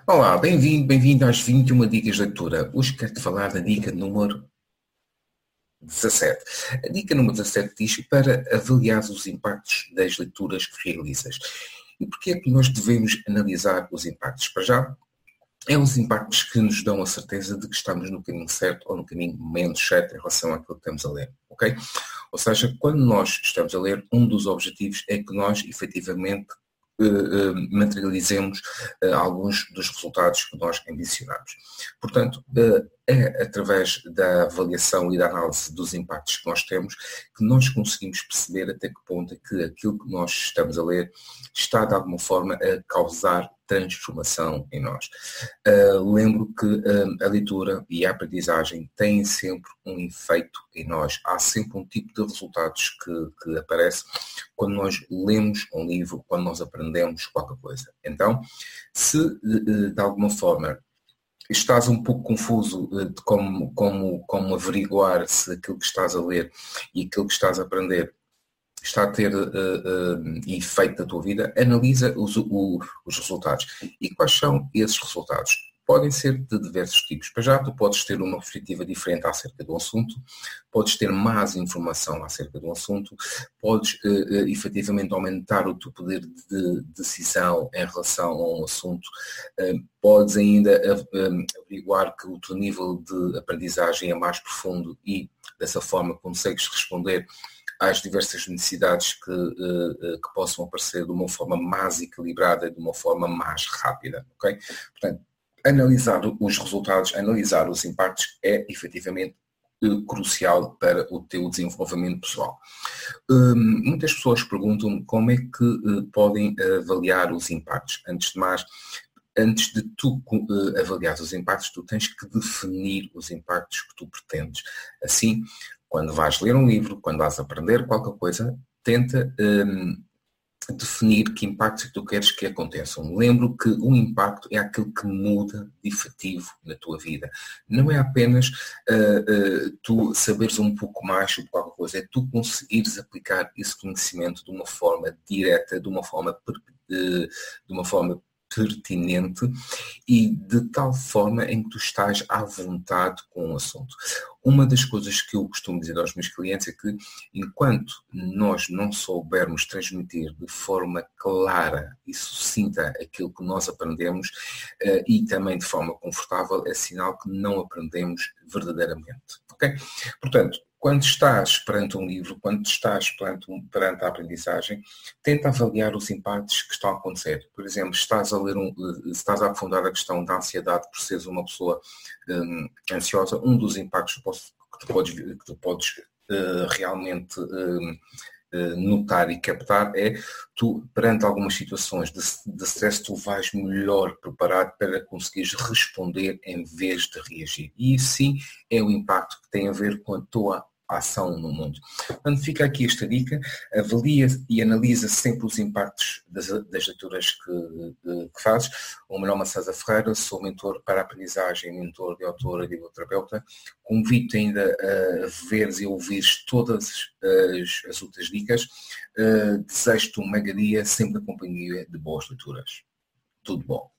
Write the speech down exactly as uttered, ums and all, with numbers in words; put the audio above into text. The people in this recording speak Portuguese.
Olá, bem-vindo, bem-vindo às vinte e uma dicas de leitura. Hoje quero-te falar da dica número dezassete. A dica número dezassete diz para avaliar os impactos das leituras que realizas. E porquê é que nós devemos analisar os impactos? Para já, é os impactos que nos dão a certeza de que estamos no caminho certo ou no caminho menos certo em relação àquilo que estamos a ler, ok? Ou seja, quando nós estamos a ler, um dos objetivos é que nós, efetivamente, eh, eh, materializemos eh, alguns dos resultados que nós ambicionamos. Portanto, eh, é através da avaliação e da análise dos impactos que nós temos que nós conseguimos perceber até que ponto é que aquilo que nós estamos a ler está, de alguma forma, a causar transformação em nós. Uh, lembro que uh, a leitura e a aprendizagem têm sempre um efeito em nós. Há sempre um tipo de resultados que, que aparece quando nós lemos um livro, quando nós aprendemos qualquer coisa. Então, se uh, de alguma forma estás um pouco confuso uh, de como, como, como averiguar se aquilo que estás a ler e aquilo que estás a aprender está a ter uh, uh, efeito na tua vida, analisa os, o, os resultados. E quais são esses resultados? Podem ser de diversos tipos. Para já, tu podes ter uma perspectiva diferente acerca do assunto, podes ter mais informação acerca do assunto, podes uh, uh, efetivamente aumentar o teu poder de decisão em relação a um assunto, uh, podes ainda uh, averiguar que o teu nível de aprendizagem é mais profundo e, dessa forma, consegues responder às diversas necessidades que, que possam aparecer de uma forma mais equilibrada e de uma forma mais rápida, ok? Portanto, analisar os resultados, analisar os impactos é efetivamente crucial para o teu desenvolvimento pessoal. Muitas pessoas perguntam como é que podem avaliar os impactos. Antes de mais, antes de tu uh, avaliar os impactos, tu tens que definir os impactos que tu pretendes. Assim, quando vais ler um livro, quando vais aprender qualquer coisa, tenta um, definir que impactos é que tu queres que aconteçam. Lembro que o impacto é aquilo que muda de efetivo na tua vida. Não é apenas uh, uh, tu saberes um pouco mais sobre qualquer coisa, é tu conseguires aplicar esse conhecimento de uma forma direta, de uma forma, de uma forma pertinente e de tal forma em que tu estás à vontade com o assunto. Uma das coisas que eu costumo dizer aos meus clientes é que enquanto nós não soubermos transmitir de forma clara e sucinta aquilo que nós aprendemos uh, e também de forma confortável, é sinal que não aprendemos verdadeiramente. Ok? Portanto, quando estás perante um livro, quando estás perante, um, perante a aprendizagem, tenta avaliar os impactos que estão a acontecer. Por exemplo, estás a ler um, estás a aprofundar a questão da ansiedade por seres uma pessoa um, ansiosa, um dos impactos que tu podes, que tu podes uh, realmente um, uh, notar e captar é tu, perante algumas situações de, de stress, tu vais melhor preparado para conseguires responder em vez de reagir. E isso sim é o impacto que tem a ver com a tua ação no mundo. Portanto, fica aqui esta dica, avalia e analisa sempre os impactos das, das leituras que, que fazes. O meu nome é César Ferreira, sou mentor para a aprendizagem, mentor de autora e biblioterapeuta. Convido ainda a veres e ouvires todas as, as outras dicas. Uh, desejo-te um mega dia, sempre a companhia de boas leituras. Tudo bom.